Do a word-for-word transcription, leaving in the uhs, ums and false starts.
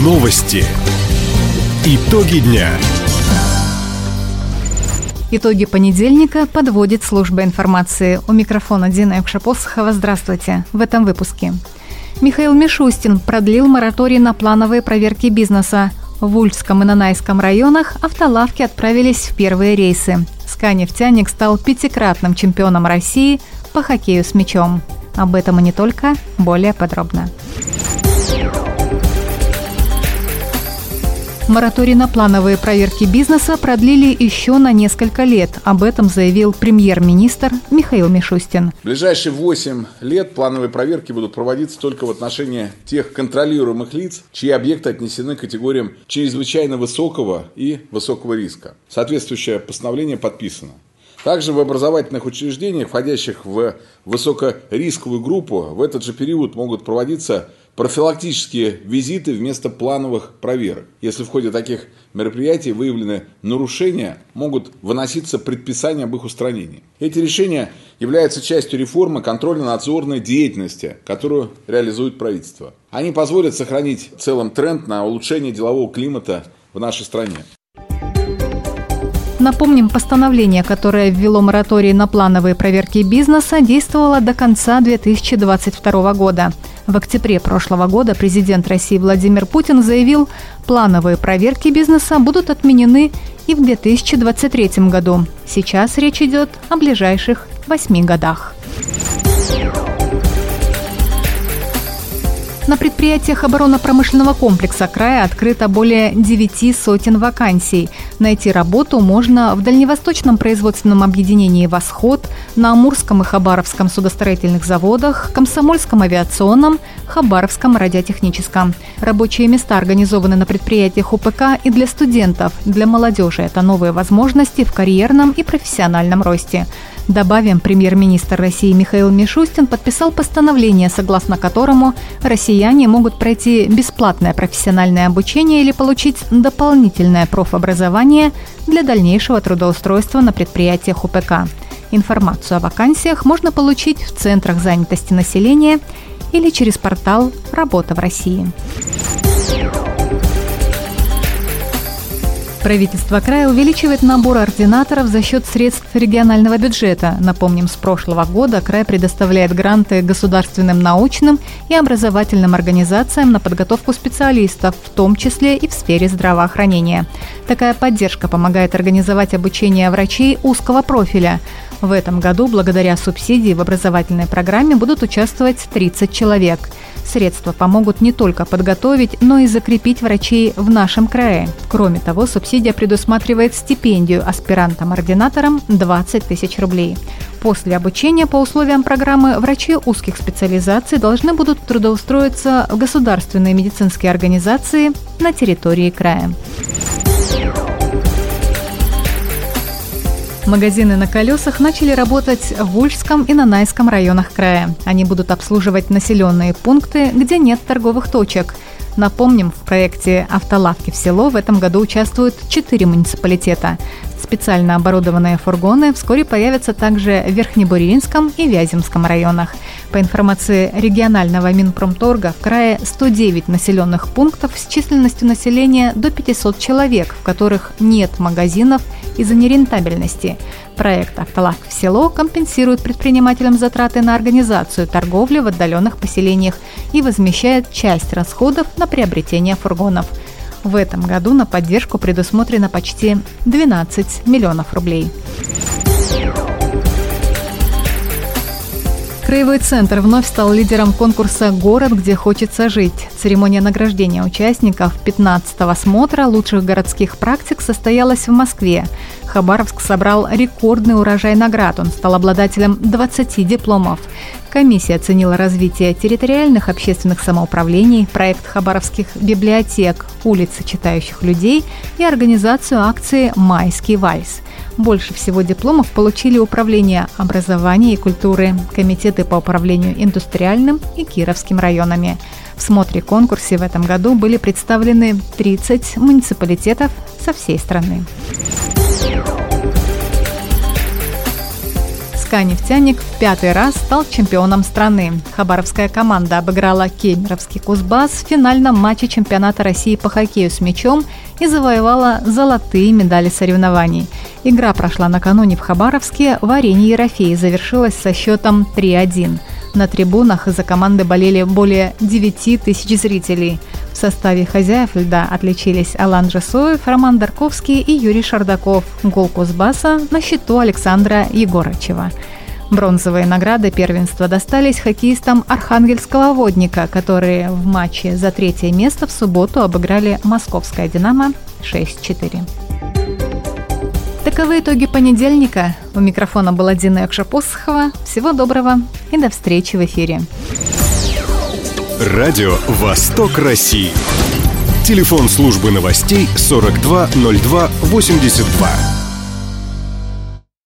Новости. Итоги дня. Итоги понедельника подводит служба информации. У микрофона Дина Юкшапосхова. Здравствуйте. В этом выпуске. Михаил Мишустин продлил мораторий на плановые проверки бизнеса. В Ульском и Нанайском районах автолавки отправились в первые рейсы. СКА-нефтяник стал пятикратным чемпионом России по хоккею с мячом. Об этом и не только, более подробно. Мораторий на плановые проверки бизнеса продлили еще на несколько лет. Об этом заявил премьер-министр Михаил Мишустин. В ближайшие восемь лет плановые проверки будут проводиться только в отношении тех контролируемых лиц, чьи объекты отнесены к категориям чрезвычайно высокого и высокого риска. Соответствующее постановление подписано. Также в образовательных учреждениях, входящих в высокорисковую группу, в этот же период могут проводиться профилактические визиты вместо плановых проверок. Если в ходе таких мероприятий выявлены нарушения, могут выноситься предписания об их устранении. Эти решения являются частью реформы контрольно-надзорной деятельности, которую реализует правительство. Они позволят сохранить в целом тренд на улучшение делового климата в нашей стране. Напомним, постановление, которое ввело мораторий на плановые проверки бизнеса, действовало до конца две тысячи двадцать второго года. В октябре прошлого года президент России Владимир Путин заявил, плановые проверки бизнеса будут отменены и в две тысячи двадцать третьем году. Сейчас речь идет о ближайших восьми годах. На предприятиях оборонно-промышленного комплекса края открыто более девяти сотен вакансий. Найти работу можно в Дальневосточном производственном объединении «Восход», на Амурском и Хабаровском судостроительных заводах, Комсомольском авиационном, Хабаровском радиотехническом. Рабочие места организованы на предприятиях УПК и для студентов. Для молодежи это новые возможности в карьерном и профессиональном росте. Добавим, премьер-министр России Михаил Мишустин подписал постановление, согласно которому россияне могут пройти бесплатное профессиональное обучение или получить дополнительное профобразование для дальнейшего трудоустройства на предприятиях УПК. Информацию о вакансиях можно получить в центрах занятости населения или через портал «Работа в России». Правительство края увеличивает набор ординаторов за счет средств регионального бюджета. Напомним, с прошлого года край предоставляет гранты государственным научным и образовательным организациям на подготовку специалистов, в том числе и в сфере здравоохранения. Такая поддержка помогает организовать обучение врачей узкого профиля. В этом году, благодаря субсидии, в образовательной программе будут участвовать тридцать человек. Средства помогут не только подготовить, но и закрепить врачей в нашем крае. Кроме того, субсидия предусматривает стипендию аспирантам-ординаторам двадцать тысяч рублей. После обучения по условиям программы врачи узких специализаций должны будут трудоустроиться в государственные медицинские организации на территории края. Магазины на колесах начали работать в Ульском и Нанайском районах края. Они будут обслуживать населенные пункты, где нет торговых точек. Напомним, в проекте «Автолавки в село» в этом году участвуют четыре муниципалитета. Специально оборудованные фургоны вскоре появятся также в Верхнебуринском и Вяземском районах. По информации регионального Минпромторга, в крае сто девять населенных пунктов с численностью населения до пятисот человек, в которых нет магазинов из-за нерентабельности. Проект «Автолавки в село» компенсирует предпринимателям затраты на организацию торговли в отдаленных поселениях и возмещает часть расходов на приобретение фургонов. В этом году на поддержку предусмотрено почти двенадцать миллионов рублей. Краевой центр вновь стал лидером конкурса «Город, где хочется жить». Церемония награждения участников пятнадцатого смотра лучших городских практик состоялась в Москве. Хабаровск собрал рекордный урожай наград. Он стал обладателем двадцати дипломов. Комиссия оценила развитие территориальных общественных самоуправлений, проект хабаровских библиотек, улицы читающих людей и организацию акции «Майский вальс». Больше всего дипломов получили Управление образования и культуры, комитеты по управлению индустриальным и Кировским районами. В смотре-конкурсе в этом году были представлены тридцать муниципалитетов со всей страны. ЦСКА «Нефтяник» в пятый раз стал чемпионом страны. Хабаровская команда обыграла кемеровский «Кузбасс» в финальном матче чемпионата России по хоккею с мячом и завоевала золотые медали соревнований. Игра прошла накануне в Хабаровске в арене Ерофеи, завершилась со счетом три один. На трибунах за команды болели более девяти тысяч зрителей. В составе хозяев льда отличились Алан Джесоев, Роман Дарковский и Юрий Шардаков. Гол «Кузбасса» на счету Александра Егорычева. Бронзовые награды первенства достались хоккеистам Архангельского «Водника», которые в матче за третье место в субботу обыграли московское «Динамо» шесть четыре. Таковы итоги понедельника. У микрофона была Дина Якшапосхова. Всего доброго и до встречи в эфире. Радио «Восток России». Телефон службы новостей сорок два ноль два восемьдесят два.